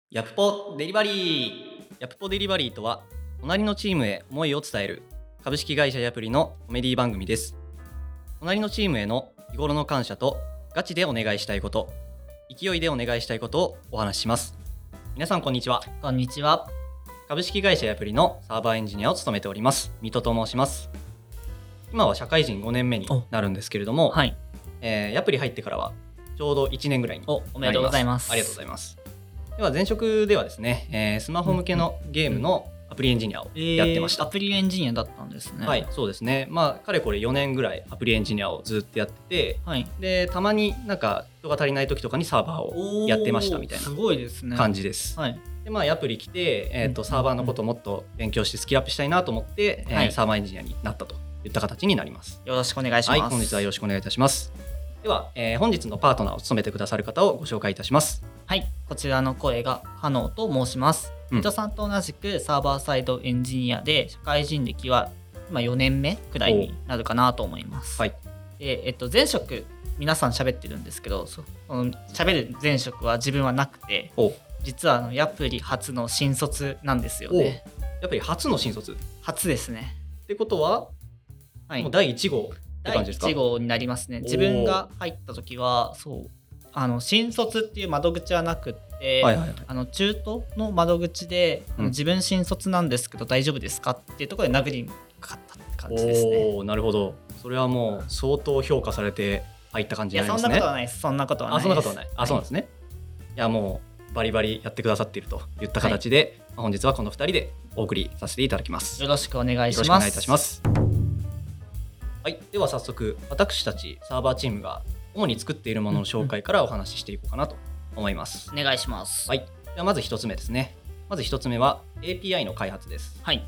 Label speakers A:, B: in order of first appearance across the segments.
A: ヤプポデリバリー。ヤプポデリバリーとは、隣のチームへ思いを伝える株式会社ヤプリのコメディ番組です。隣のチームへの日頃の感謝とガチでお願いしたいこと、勢いでお願いしたいことをお話しします。皆さんこんにちは。
B: こんにちは。
A: 株式会社ヤプリのサーバーエンジニアを務めております水戸と申します。今は社会人5年目になるんですけれども、
B: はい、
A: ヤプリ入ってからはちょうど1年ぐらいになります。
B: おめでとうございます。
A: ありがとうございます。では前職ではですね、スマホ向けのゲームのアプリエンジニアをやってました。
B: アプリエンジニアだったんですね。
A: はい、そうですね。かれこれ4年ぐらいアプリエンジニアをずっとやってて、
B: はい、
A: でたまになんか人が足りない時とかにサーバーをやってましたみたいな
B: すごいですね
A: 感じです。
B: はい、
A: でアプリ来て、サーバーのことをもっと勉強してスキルアップしたいなと思って、サーバーエンジニアになったといった形になります。
B: よろしくお願いします。
A: はい、本日はよろしくお願いいたします。では、本日のパートナーを務めてくださる方をご紹介いたします。
B: はい、こちらの声がハノーと申します。水戸さんと同じくサーバーサイドエンジニアで、社会人歴は今4年目くらいになるかなと思います。
A: はい。
B: で、前職皆さん喋ってるんですけど、喋る前職は自分はなくて、実はヤプリ初の新卒なんですよね。
A: やっぱり初の新卒
B: 初ですね。
A: ってことは、はい、もう第1号って感じですか？
B: 第1号になりますね。自分が入った時は新卒っていう窓口はなくって、中途の窓口で、自分新卒なんですけど大丈夫ですかっていうところで殴りにかかったって感じですね。
A: なるほど。それはもう相当評価されて入った感じになりますね。
B: いや、そんなことはないです。そんなことはないです。
A: そんなことはない。そうなんですね。いや、もうバリバリやってくださっているといった形で、本日はこの2人でお送りさせていただきます。
B: よろしくお願いします。
A: よろしくお願いいたします。はい、では早速私たちサーバーチームが主に作っているものの紹介からお話ししていこうかなと思います。
B: お願いします。
A: はい、ではまず1つ目ですね。まず1つ目は API の開発です。
B: はい。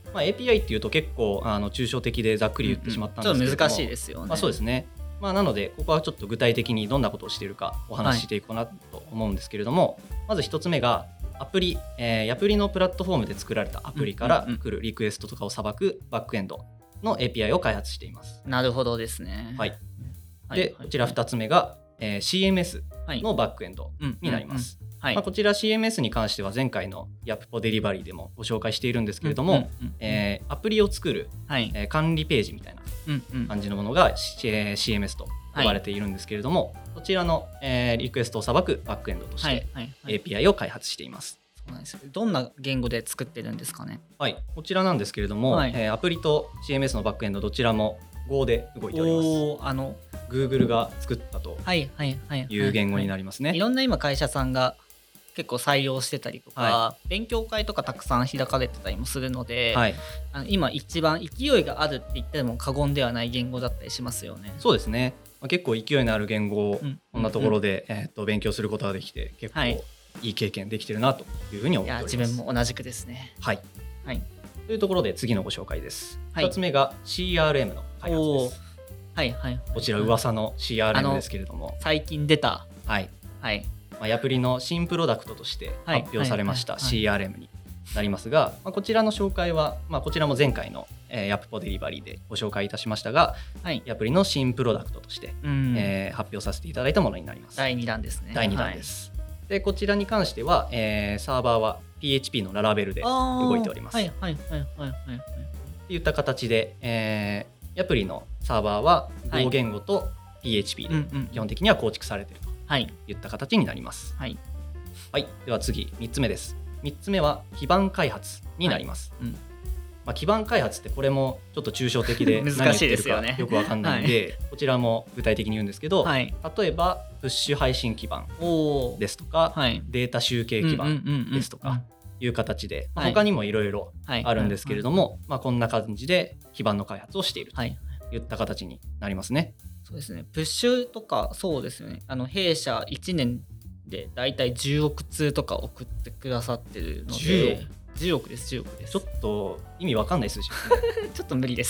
A: API っていうと結構抽象的でざっくり言ってしまったんですけども、
B: ちょっと難しいですよね。
A: そうですね。なのでここはちょっと具体的にどんなことをしているかお話ししていこうかなと思うんですけれども、まず1つ目がアプリ、ヤプリのプラットフォームで作られたアプリから来るリクエストとかをさばくバックエンドの API を開発しています。
B: なるほどですね。
A: はい。で、こちら2つ目が、CMS のバックエンドになります。こちら CMS に関しては前回のヤプポデリバリーでもご紹介しているんですけれども、アプリを作る、管理ページみたいな感じのものが、CMS と呼ばれているんですけれども、こちらの、リクエストをさばくバックエンドとして API を開発しています。
B: どんな言語で作ってるんですかね？
A: はい、こちらなんですけれども、アプリと CMS のバックエンドどちらも Go で動いております。Google が作ったという言語になりますね。
B: いろんな今会社さんが結構採用してたりとか、勉強会とかたくさん開かれてたりもするので、今一番勢いがあるって言っても過言ではない言語だったりしますよね。
A: そうですね。結構勢いのある言語をこんなところで、勉強することができて結構いい経験できてるなというふうに思っております。
B: いや、自分も同じくですね。
A: はい。というところで次のご紹介です。2つ目が CRM の開発です。こちら噂の CRM ですけれども、
B: 最近出た
A: ヤプリの新プロダクトとして発表されました CRM になりますが、こちらの紹介は、こちらも前回のヤプポデリバリーでご紹介いたしましたが、ヤプリの新プロダクトとして、発表させていただいたものになります。
B: 第2弾ですね。
A: 第2弾です。でこちらに関しては、サーバーは PHP のララベルで動いております。といった形で、ヤプリのサーバーは Go 言語と PHP で基本的には構築されているといった形になります。では次3つ目です。3つ目は基盤開発になります。基盤開発ってこれもちょっと抽象的で何言ってるかよく分かんないので、こちらも具体的に言うんですけど、例えばプッシュ配信基盤ですとか、データ集計基盤ですとかいう形で、他にもいろいろあるんですけれども、こんな感じで基盤の開発をしているといった形になりますね。
B: そうですね。プッシュとかそうですよね。弊社1年でだいたい10億通とか送ってくださってるので、10億です。10億です。
A: ちょっと意味わかんない数字ですね。
B: ちょっと無理です。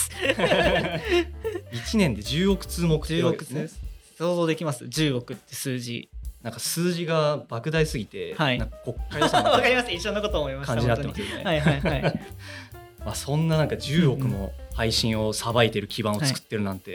A: 1年で10億通も送ってるわけですね。
B: 想像できます？ 10 億って数字。
A: なんか数字が莫大すぎて、なんか国会予
B: 算わかります。一緒のこと思いました。
A: 感じになってますよね。そんななんか10億も配信をさばいてる基盤を作ってるなんて、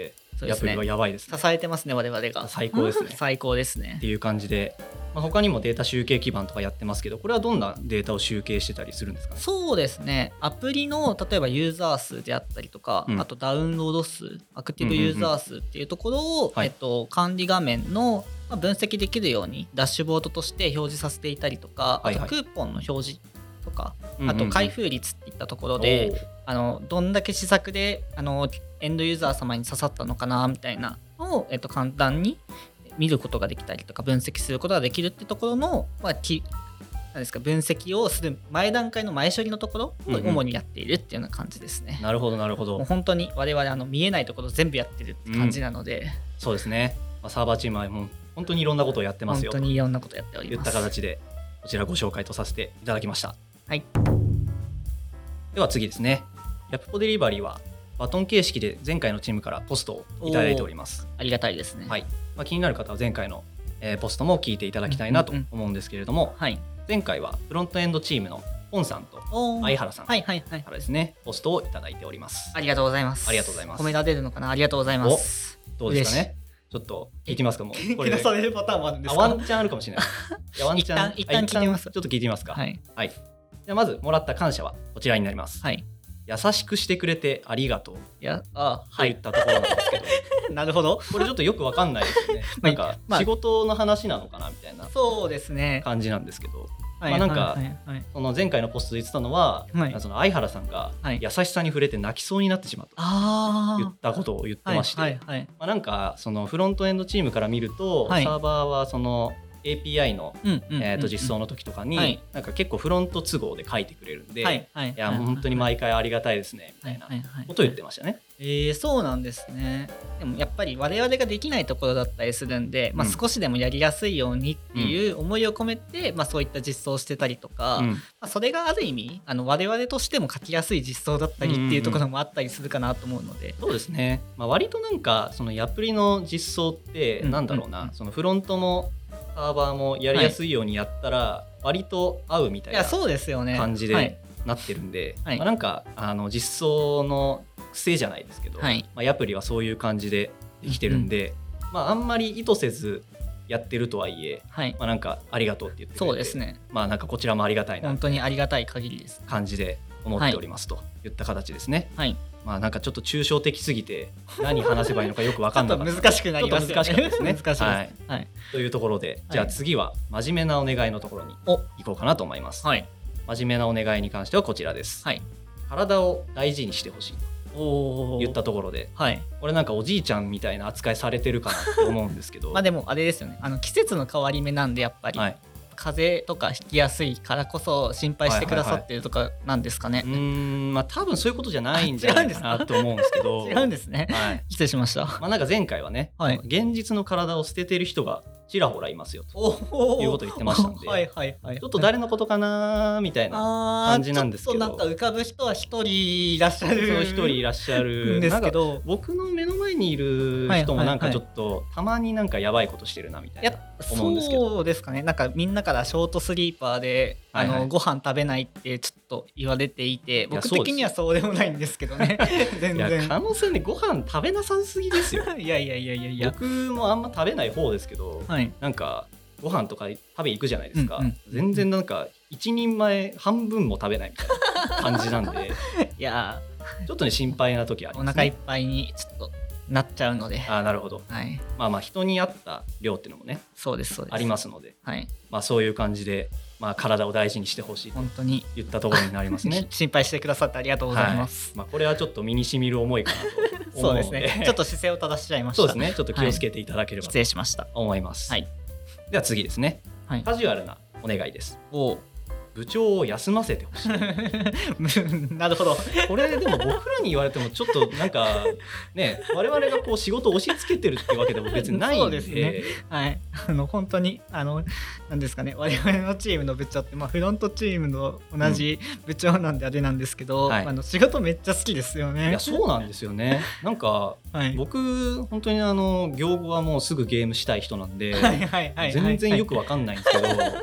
A: ヤプリはやばいですね。
B: 支えてますね我々が。
A: 最高ですね。
B: 最高ですね
A: っていう感じで、他にもデータ集計基盤とかやってますけど、これはどんなデータを集計してたりするんですかね。
B: そうですね、アプリの例えばユーザー数であったりとか、あとダウンロード数、アクティブユーザー数っていうところを、管理画面の分析できるようにダッシュボードとして表示させていたりとか、あとクーポンの表示とか、あと開封率っていったところで、どんだけ施策でエンドユーザー様に刺さったのかなみたいなのを、簡単に見ることができたりとか分析することができるってところの、何ですか、分析をする前段階の前処理のところを主にやっているっていうような感じですね。
A: なるほどなるほど。
B: もう本当に我々見えないところ全部やってるって感じなので、
A: そうですね。サーバーチームはもう本当にいろんなことをやってますよ。
B: 本当にいろんなことをやっております。
A: といった形でこちらご紹介とさせていただきました。
B: はい。
A: では次ですね。ヤプポデリバリーはバトン形式で前回のチームからポストをいただいております。
B: ありがたいですね。
A: はい。気になる方は前回の、ポストも聞いていただきたいなと思うんですけれども、前回はフロントエンドチームのポンさんと相原さんからですね、ポストをいただいております。
B: ありがとうございます。
A: ありがとうございます。
B: 褒められるのかな。ありがとうございます。
A: どうですかね。ちょっと聞いてみますか。もう
B: これでされるパターンもあるんですか。
A: ワンチャンあるかもしれない。いやワンチャン
B: 一旦聞いてみます。
A: ちょっと聞いてみますか。
B: はい。
A: はい。じゃあまずもらった感謝はこちらになります。
B: はい。
A: 優しくしてくれてありがとう。
B: はい。
A: いったところなんですけど。
B: なるほど。
A: これちょっとよくわかんないですね。なんか仕事の話なのかなみたいな。
B: そうですね。
A: 感じなんですけど。なんかその前回のポストで言ってたのは、その相原さんが優しさに触れて泣きそうになってしまったと言ったことを言ってまして、なんかそのフロントエンドチームから見ると、サーバーはそのAPI の実装の時とかになんか結構フロント都合で書いてくれるんで、いや本当に毎回ありがたいですねみたいなことを言ってましたね。
B: そうなんですね。でもやっぱり我々ができないところだったりするんで、少しでもやりやすいようにっていう思いを込めて、そういった実装をしてたりとか、それがある意味我々としても書きやすい実装だったりっていうところもあったりするかなと思うので、
A: そうですね。割となんかそのヤプリの実装ってなんだろうな、そのフロントもサーバーもやりやすいようにやったら割と合うみたいな感じでなってるんで、なんか実装の癖じゃないですけど、ヤプリはそういう感じでできてるんで、あんまり意図せずやってるとはいえ、なんかありがとうって言ってくれて、
B: そうですね。
A: なんかこちらもありがたいな、
B: 本当にありがたい限りです
A: 感じで思っておりますといった形ですね。なんかちょっと抽象的すぎて何話せばいいのかよく分かんなかった。
B: 難しくなりますよね。
A: 難しかったですね。
B: 難しいです。
A: というところで、じゃあ次は真面目なお願いのところに行こうかなと思います。真面目なお願いに関してはこちらです。体を大事にしてほしいと言ったところで、これなんかおじいちゃんみたいな扱いされてるかなと思うんですけど
B: でもあれですよね、季節の変わり目なんでやっぱり、風邪とかひきやすいからこそ心配してくださってるとかなんですかね。
A: 多分そういうことじゃないんじゃないかなと思うんですけど
B: 違うんですね。失礼しました。
A: なんか前回はね、現実の体を捨ててる人がちらほらいますよということを言ってましたので、ちょっと誰のことかなみたいな感じなんですけど、
B: ちょっとなんか浮かぶ人は一人いらっしゃる。
A: 一人いらっしゃるんですけど、僕の目の前にいる人もなんかちょっとたまになんかやばいことしてるなみたいな思うんですけど、
B: そうですかね。なんかみんなからショートスリーパーでご飯食べないってちょっと言われていて、僕的にはそうでもないんですけどね。全然
A: 可能性ね、ご飯食べなさすぎですよ。
B: いや
A: 僕もあんま食べない方ですけど、なんかご飯とか食べ行くじゃないですか、全然なんか一人前半分も食べないみたいな感じなんで
B: いや
A: ちょっとね心配な時ありますね。
B: お腹いっぱいにちょっとなっちゃうので。
A: なるほど。人に合った量っていうのもね、
B: そうです
A: ありますので、そういう感じで体を大事にしてほしいと言ったところになりますね。
B: 心配してくださってありがとうございます。
A: これはちょっと身に染みる思いかなと思うので
B: そうですね。ちょっと姿勢を正しちゃいました。
A: そうですね。ちょっと気をつけていただければ
B: 失礼しました
A: 思います。では次ですね。カジュアルなお願いです。部長を休ませてほしい。
B: なるほど。
A: これでも僕らに言われてもちょっとなんかね、我々がこう仕事を押し付けてるってわけでも別にないんで。
B: そうですね。本当になんですかね、我々のチームの部長ってフロントチームの同じ部長なんであれなんですけど、仕事めっちゃ好きですよね。
A: いやそうなんですよね。なんか、僕本当に業後はもうすぐゲームしたい人なんで、全然よくわかんないんですけど。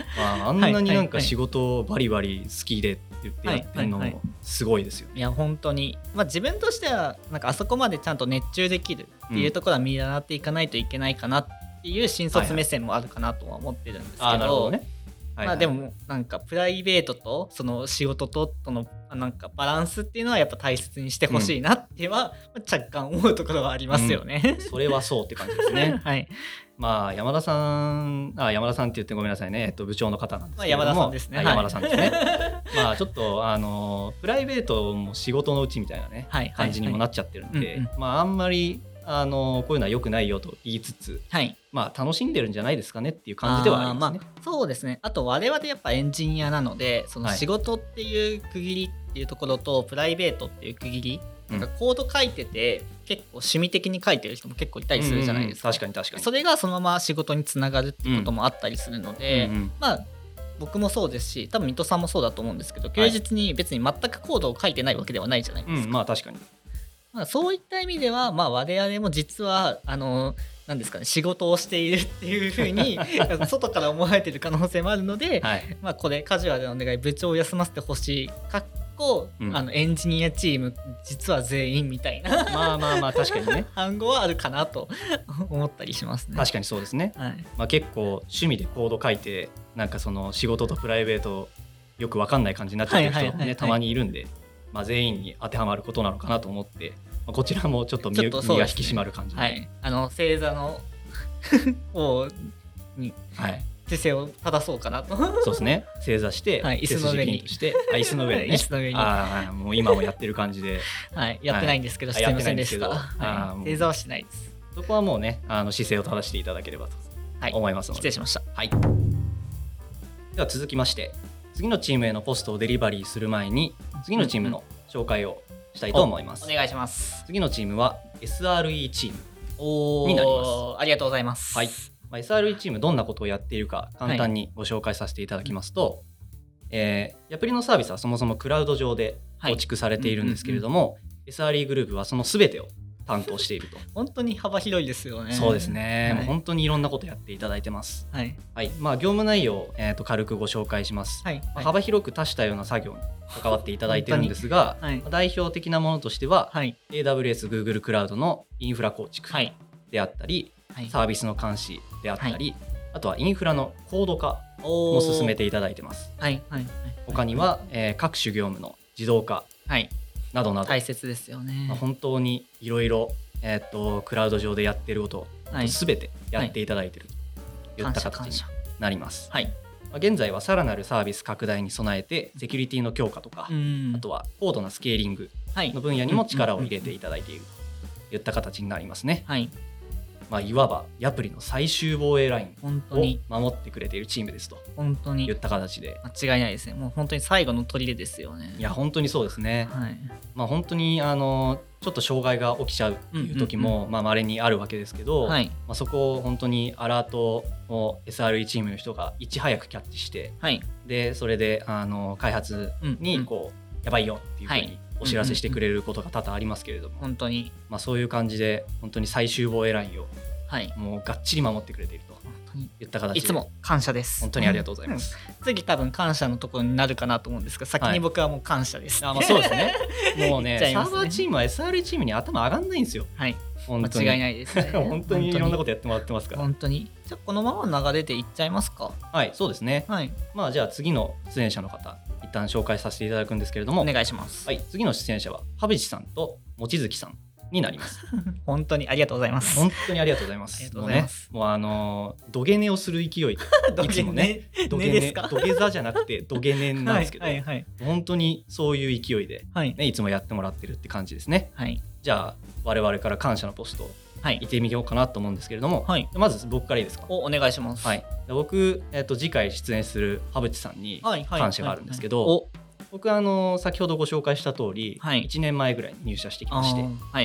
A: あんなになんか仕事バリバリ好きでって言ってやってるのもすごいですよね。
B: いや本当に、自分としてはなんかあそこまでちゃんと熱中できるっていうところは見習っていかないといけないかなっていう新卒目線もあるかなとは思ってるんですけど、
A: なるほどね。
B: でもなんかプライベートとその仕事とのなんかバランスっていうのはやっぱ大切にしてほしいなっては若干思うところはありますよね、
A: それはそうって感じですね。
B: はい。
A: 山田さんって言ってごめんなさいね、部長の方なんですけれども、
B: 山田さんですね。
A: 山田さんですね。ちょっとプライベートも仕事のうちみたいなね、感じにもなっちゃってるんで、あんまりこういうのは良くないよと言いつつ、楽しんでるんじゃないですかねっていう感じではありますね。
B: そうですね。あと我々やっぱエンジニアなので、その仕事っていう区切りっていうところとプライベートっていう区切り、なんかコード書いてて結構趣味的に書いてる人も結構いたりするじゃないですか。
A: 確かに。
B: それがそのまま仕事につながるってこともあったりするので、僕もそうですし、多分水戸さんもそうだと思うんですけど、休日に別に全くコードを書いてないわけではないじゃないですか。
A: 確かに。
B: そういった意味では、我々も実はなんですかね、仕事をしているっていうふうに外から思われている可能性もあるので、これカジュアルなお願い、部長を休ませてほしいエンジニアチーム実は全員みたいな
A: 確かにね
B: 単語はあるかなと思ったりしますね。
A: 確かにそうですね、結構趣味でコード書いてなんかその仕事とプライベートよく分かんない感じになっちゃってる人ねたまにいるんで、全員に当てはまることなのかなと思って、こちらもちょっと身が引き締まる感じで、
B: 星座の方に、姿勢を正そうかなと。
A: そうですね。正座して、
B: 椅子の上に
A: して椅子の上でね。椅子の上に。もう今もやってる感じで。
B: やってないんですけど、すみませんでした。正座はしないです。
A: そこはもうね、姿勢を正していただければと思いますので。
B: 失礼しました。
A: では続きまして、次のチームへのポストをデリバリーする前に、次のチームの紹介をしたいと思います。
B: お願いします。
A: 次のチームは SRE チームになります。
B: ありがとうございます。
A: SRE チームどんなことをやっているか簡単にご紹介させていただきますと、ヤプリのサービスはそもそもクラウド上で構築されているんですけれども、SRE グループはその全てを担当していると。
B: 本当に幅広いですよね。
A: そうですね、もう本当にいろんなことやっていただいてます。業務内容を、軽くご紹介します。幅広く多種多様な作業に関わっていただいてるんですが、代表的なものとしては、AWS、Google クラウドのインフラ構築であったり、サービスの監視であったり、あとはインフラのコード化も進めていただいてます。他には、各種業務の自動化などなど
B: 大切ですよね。
A: 本当にいろいろクラウド上でやっていることを全てやっていただいているといった形になります。現在はさらなるサービス拡大に備えてセキュリティの強化とか、あとは高度なスケーリングの分野にも力を入れていただいているといった形になりますね。いわばヤプリの最終防衛ラインを守ってくれているチームですといった形で、
B: 間違いないですね。もう本当に最後の砦ですよね。
A: いや本当にそうですね。本当にちょっと障害が起きちゃうっていう時も稀にあるわけですけど、そこを本当にアラートを SRE チームの人がいち早くキャッチして、でそれで開発にやばいよっていうふうにお知らせしてくれることが多々ありますけれども、
B: 本当に
A: そういう感じで本当に最終防衛ラインをもうがっちり守ってくれているといった形で、
B: いつも感謝です。
A: 本当にありがとうございます。
B: 次多分感謝のところになるかなと思うんですが、先に僕はもう感謝です。
A: そうですね。もうね、サーバーチームは SRE チームに頭上がんないんですよ。
B: 間違いないですね。
A: 本当にいろんなことやってもらってますから。
B: 本当に。じゃあこのまま流れでいっちゃいますか。
A: そうですね。じゃあ次の出演者の方一旦紹介させていただくんですけれども、
B: お願いします。
A: 次の出演者は羽淵さんと望月さんになります。
B: 本当にありがとうございます。
A: 本当にありがとうございます。もう土下寝をする勢いでいつもね、土下座じゃなくて土下寝なんですけど、本当にそういう勢いでいつもやってもらってるって感じですね。じゃあ我々から感謝のポストを行ってみようかなと思うんですけれども、まず僕からいいですか。
B: お願いします。
A: 僕、次回出演する羽淵さんに感謝があるんですけど、僕先ほどご紹介した通り、1年前ぐらいに入社してきまして、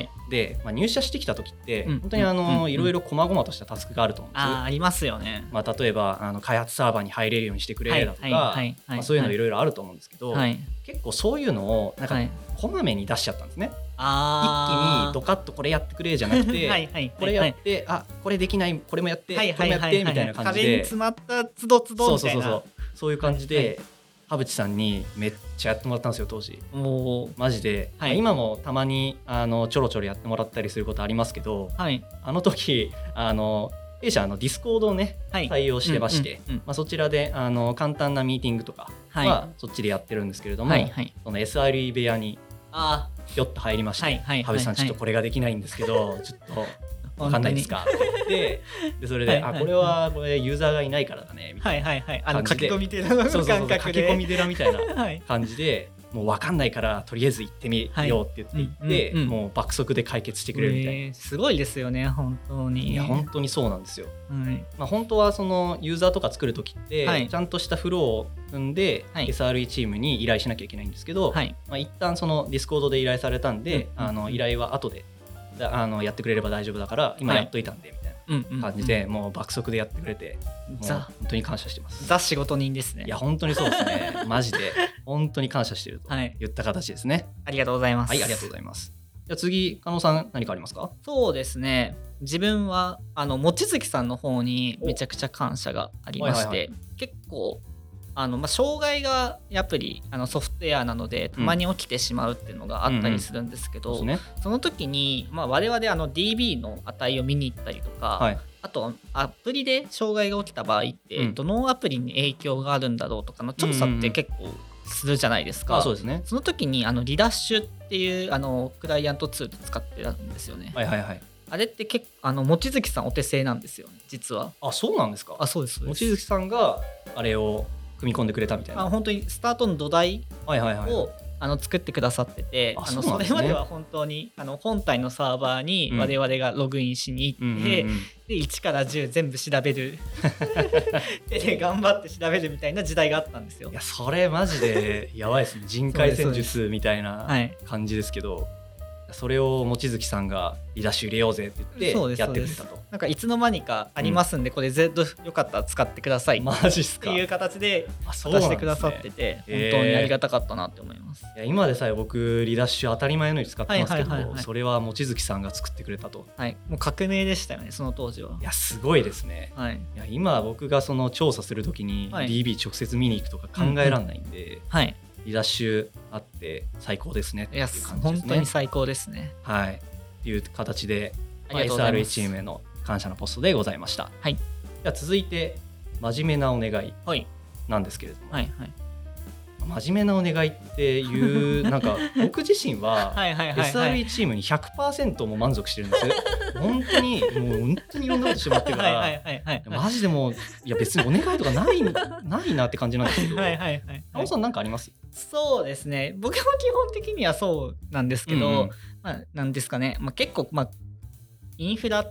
A: で、入社してきた時って本当にいろいろ細々としたタスクがあると思うんですよ。
B: ありますよね。
A: 例えば開発サーバーに入れるようにしてくれだとか、そういうのいろいろあると思うんですけど、結構そういうのをなんかこまめに出しちゃったんですね。一気にドカッとこれやってくれじゃなくて、これやってこれできない、これもやって、これもやってみたいな感じで、
B: 壁に詰まったつどつどみたいな。
A: そういう感じで羽淵さんにめっちゃやってもらったんですよ当時。マジで、今もたまにちょろちょろやってもらったりすることありますけど、あの時弊社ディスコードをね対応してまして、そちらで簡単なミーティングとかはそっちでやってるんですけれども、その SRE 部屋にひょっと入りまして、羽淵さんちょっとこれができないんですけどちょっと分かんないですかって言ってでそれでこれはユーザーがいないからだねみたいな
B: 書き込み寺の感覚で
A: 書き込み寺みたいな感じでもう分かんないからとりあえず行ってみようって言ってもう爆速で解決してくれるみたいな、
B: すごいですよね本当に。
A: いや本当にそうなんですよ。本当はそのユーザーとか作る時ってちゃんとしたフローを踏んで SRE チームに依頼しなきゃいけないんですけど、一旦そのディスコードで依頼されたんで依頼は後でやってくれれば大丈夫だから今やっといたんでみたいな感じでもう爆速でやってくれてもう本当に感謝してます。
B: ザ仕事人ですね。
A: いや本当にそうですねマジで本当に感謝してると言った形ですね。
B: ありがとうございます。
A: はい、ありがとうございます。じゃあ次加納さん何かありますか？
B: そうですね、自分は望月さんの方にめちゃくちゃ感謝がありまして、結構障害がアプリソフトウェアなのでたまに起きてしまうっていうのがあったりするんですけど、その時に、我々DB の値を見に行ったりとか、あとアプリで障害が起きた場合ってどのアプリに影響があるんだろうとかの調査って結構するじゃないですか。
A: そうですね。
B: その時にリダッシュっていうクライアントツール使ってるんですよね。あれって結構望月さんお手製なんですよね実は。
A: あ、そうなんですか。
B: あ、そうです。
A: 望月さんがあれを組み込んでくれたみたいな。
B: 本当にスタートの土台を作ってくださってて、それまでは本当に本体のサーバーに我々がログインしに行って、で1から10全部調べる手で頑張って調べるみたいな時代があったんですよ。
A: いやそれマジでやばいですね人海戦術みたいな感じですけど、それを望月さんがリダッシュ入れようぜって言ってやってくれたと。
B: なんかいつの間にかありますんで、これよかったら使ってくださいっていう形で出してくださってて、本当にありがたかったなって思います。
A: いや今でさえ僕リダッシュ当たり前のように使ってますけど、それは望月さんが作ってくれたと。
B: もう革命でしたよねその当時は。
A: いやすごいですね。いや今僕がその調査するときに DB 直接見に行くとか考えられないんで、リダッシュあって最高ですねっていう感じですね。
B: 本当に最高ですね。
A: はい、っていう形で SRE チームへの感謝のポストでございました。じゃあ続いて真面目なお願いなんですけれども、真面目なお願いっていうなんか僕自身は SRE チームに 100% も満足してるんです本当にいろんなことしてもらってるからマジでもういや別にお願いとかないなって感じなんですけど青尾さん何かあります？
B: そうですね、僕も基本的にはそうなんですけど、なんですかね、結構インフラって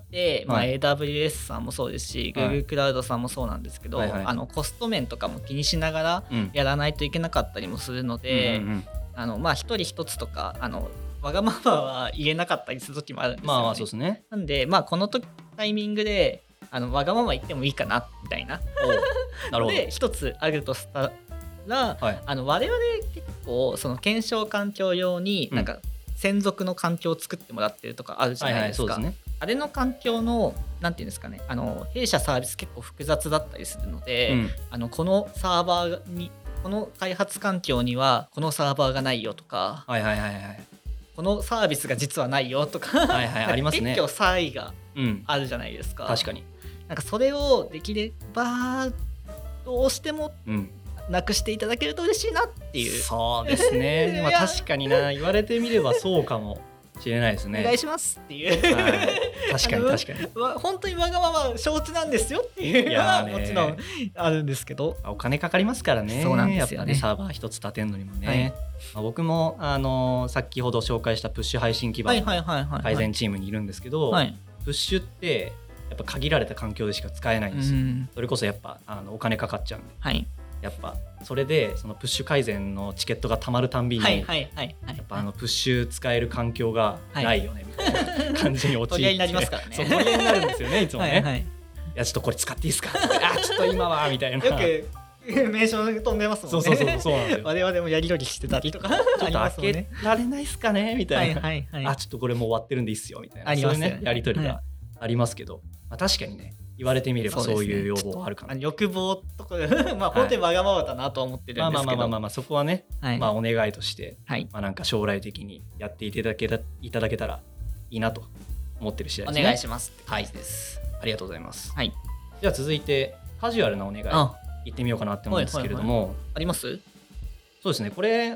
B: 、AWS さんもそうですし、Google クラウドさんもそうなんですけど、コスト面とかも気にしながらやらないといけなかったりもするので、一人一つとかわがままは言えなかったりする時もあるんですよね。
A: そうですね。
B: なんでこのタイミングでわがまま言ってもいいかなみたいなで一つあるとしたら、我々結構その検証環境用になんか専属の環境を作ってもらってるとかあるじゃないですか。あれの環境のなんていうんですかね、弊社サービス結構複雑だったりするので、このサーバーにこの開発環境にはこのサーバーがないよとか、このサービスが実はないよとか
A: ありますね。
B: 結構差異があるじゃないですか。
A: 確かに。
B: なんかそれをできればどうしてもなくしていただけると嬉しいなっていう。
A: そうですね確かにな、言われてみればそうかもしれないですね。
B: お願いしますっていう、
A: 確かに
B: 本当にわがまま承知なんですよっていうのはもちろんあるんですけど、
A: お金かかりますからね。
B: そうなんですよね。
A: やっぱサーバー一つ立てるのにもね、僕も先ほど紹介したプッシュ配信基盤の改善チームにいるんですけど、プッシュってやっぱ限られた環境でしか使えないんですよ。それこそやっぱお金かかっちゃうんで、やっぱそれでそのプッシュ改善のチケットがたまるたんびにやっぱプッシュ使える環境がないよねみたいな感じに陥って
B: 取り合いになりますからね。
A: そう取り合いになるんですよねいつもね。いやちょっとこれ使っていいですかちょっと今はみたいな。
B: よく名称飛んでますもんね。
A: そうなんですよ。
B: 我々もやり取りしてたりとかちょ
A: っと開けられないっすかねみたいな。ちょっとこれもう終わってるんでいいっすよみたいな。そういうねやり取りがありますけど、確かにね言われてみればそういう要望はあるかな。
B: 欲望とかまあ本当にわがままだなと思ってるんですけど、
A: まあそこはね、まあお願いとして、
B: はい、
A: まあなんか将来的にやっていただけたらいいなと思ってる次第ですね。
B: お願いしますって感じです。
A: はい、ありがとうございます。
B: はい。
A: じゃあ続いてカジュアルなお願い行ってみようかなって思うんですけれども、
B: あります？
A: そうですね。これ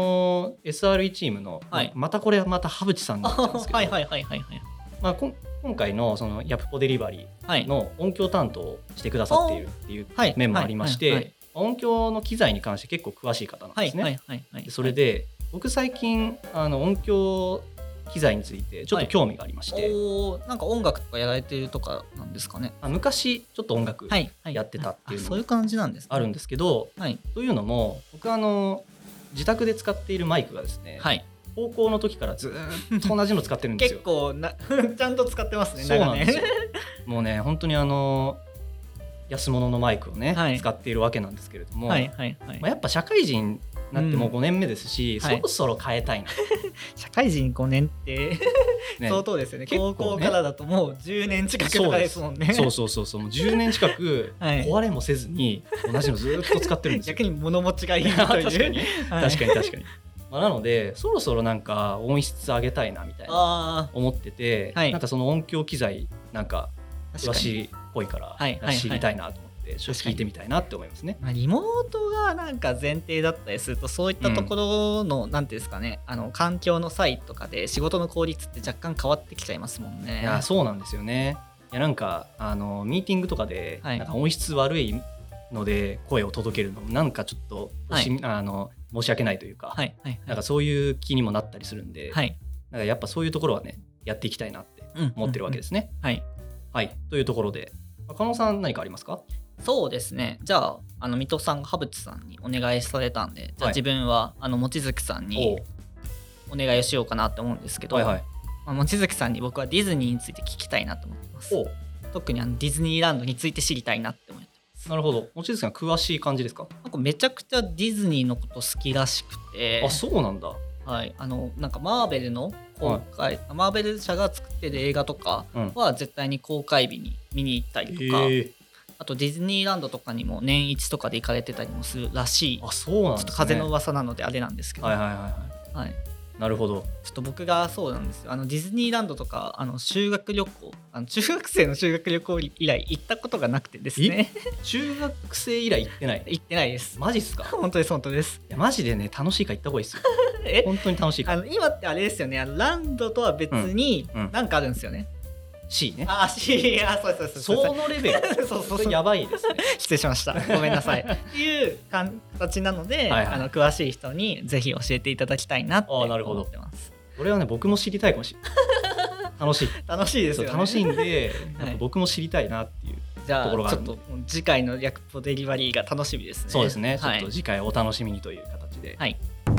A: SRE チームの、またこれまた羽淵さんなんですけど、まあ今回のそのヤプポデリバリーの音響担当をしてくださっているっていう面もありまして、音響の機材に関して結構詳しい方なんですね。それで僕最近音響機材についてちょっと興味がありまして、
B: なんか音楽とかやられてるとかなんですかね。
A: 昔ちょっと音楽やってたっていうの
B: そういう感じなんですね。
A: あるんですけど、というのも僕自宅で使っているマイクがですね、高校の時からずっと同じの使ってるんですよ。
B: 結構ちゃんと使ってますね。
A: そうなんですよ。もうね本当に安物のマイクをね、使っているわけなんですけれども、まあ、やっぱ社会人になってもう5年目ですし、そろそろ変えたいな。
B: 社会人5年って相当ですよね。高校からだともう10年近くとかですもんね。
A: そうもう10年近く壊れもせずに同じのずっと使ってるんですよ。
B: 逆に物持ちがいいという確かに
A: なのでそろそろなんか音質上げたいなみたいな思ってて、なんかその音響機材なんか詳しいっぽいから知りたいなと思って聞いてみたいなって思いますね。
B: リモートがなんか前提だったりするとそういったところのなんていうんですかね、環境の差異とかで仕事の効率って若干変わってきちゃいますもんね。
A: いやそうなんですよね。いやなんかミーティングとかでなんか音質悪いので声を届けるのなんかちょっと申し訳ないというか、なんかそういう気にもなったりするんで、なんかやっぱそういうところはねやっていきたいなって思ってるわけですね。というところで加納さん何かありますか？
B: そうですね。じゃあ水戸さんが羽淵さんにお願いされたんで、じゃあ自分は望月さんにお願いをしようかなと思うんですけど、望月さんに僕はディズニーについて聞きたいなと思ってます。特にディズニーランドについて知りたいなって思ってます。
A: なるほど。望月さん詳しい感じですか？
B: なんかめちゃくちゃディズニーのこと好きらしくて。
A: あ、そうなんだ。
B: なんかマーベルの公開、マーベル社が作ってる映画とかは絶対に公開日に見に行ったりとか、あとディズニーランドとかにも年一とかで行かれてたりもするらしい。
A: あ、そうなんですね。
B: ちょっと風の噂なのであれなんですけど、
A: なるほど。
B: ちょっと僕がそうなんですよ。ディズニーランドとか修学旅行、中学生の修学旅行以来行ったことがなくてですね。
A: 中学生以来行ってない？
B: 行ってないです。
A: マジっすか？
B: 本当です本当です。
A: いやマジでね楽しいから行った方がいいですよ。本当に楽しいから。
B: 今ってあれですよね。ランドとは別になんかあるんですよね。
A: C ね。
B: C、そう
A: そのレベル。そうやばいですね。
B: 失礼しました。ごめんなさい。っていう形なので、詳しい人にぜひ教えていただきたいなって思ってます。
A: これはね僕も知りたいかもしれない。楽しい
B: ですよね。
A: 楽しいんで、僕も知りたいなっていうところがある。
B: じゃあちょっと次回のヤクポデリバリーが楽しみですね。
A: そうですね。ちょっと次回お楽しみにという形で。はい。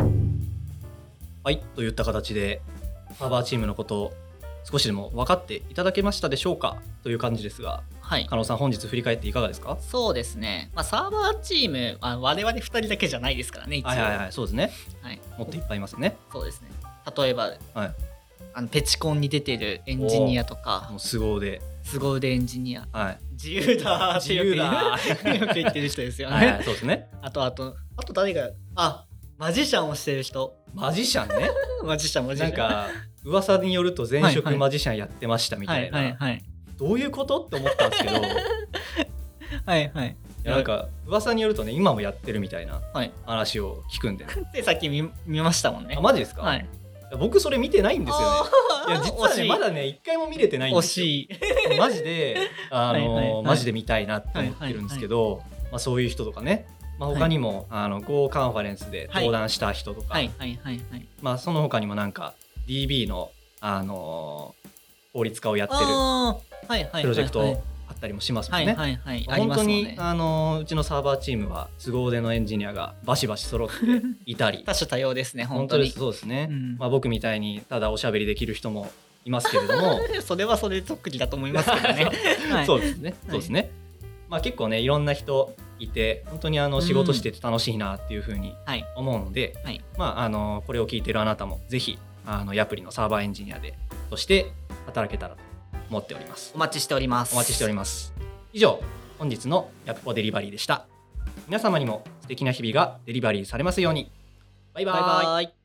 A: といった形でサーバーチームのことを少しでも分かっていただけましたでしょうかという感じですが、加納さん本日振り返っていかがですか？
B: そうですね、サーバーチーム我々2人だけじゃないですからね。一応
A: そうですね、もっといっぱいいますね。
B: そうですね。例えば、ペチコンに出てるエンジニアとか、
A: もう凄腕
B: エンジニア、自由だってよく言ってる人ですよね。
A: そうですね。
B: あと誰がマジシャンをしてる人。
A: マジシャンね。
B: マジシャン
A: なんか噂によると前職マジシャンやってましたみたいな、どういうことって思ったんですけどなんか噂によるとね今もやってるみたいな話を聞くんで、
B: でさっき 見ましたもんね。
A: マジですか？僕それ見てないんですよね。いや実はねまだね一回も見れてないんですよ。マジでマジで見たいなって思ってるんですけど、そういう人とかね、他にもGo カンファレンスで登壇した人とか、その他にもなんか DB の法律家をやってるプロジェクトあったりもしますもんね。本当にうちのサーバーチームは凄腕のエンジニアがバシバシ揃っていたり
B: 多種多様ですね。本当に
A: そうですね。僕みたいにただおしゃべりできる人もいますけれども
B: それはそれで特技だと思いますけどね。
A: そうですね。そうですね。結構ねいろんな人いて本当に仕事してて楽しいなっていうふうに思うので、これを聞いてるあなたもぜひヤプリのサーバーエンジニアとして働けたらと思っております。
B: お待ちしております。
A: お待ちしております。 以上、本日のヤッポデリバリーでした。皆様にも素敵な日々がデリバリーされますように。バイバイ。
B: バイバイ。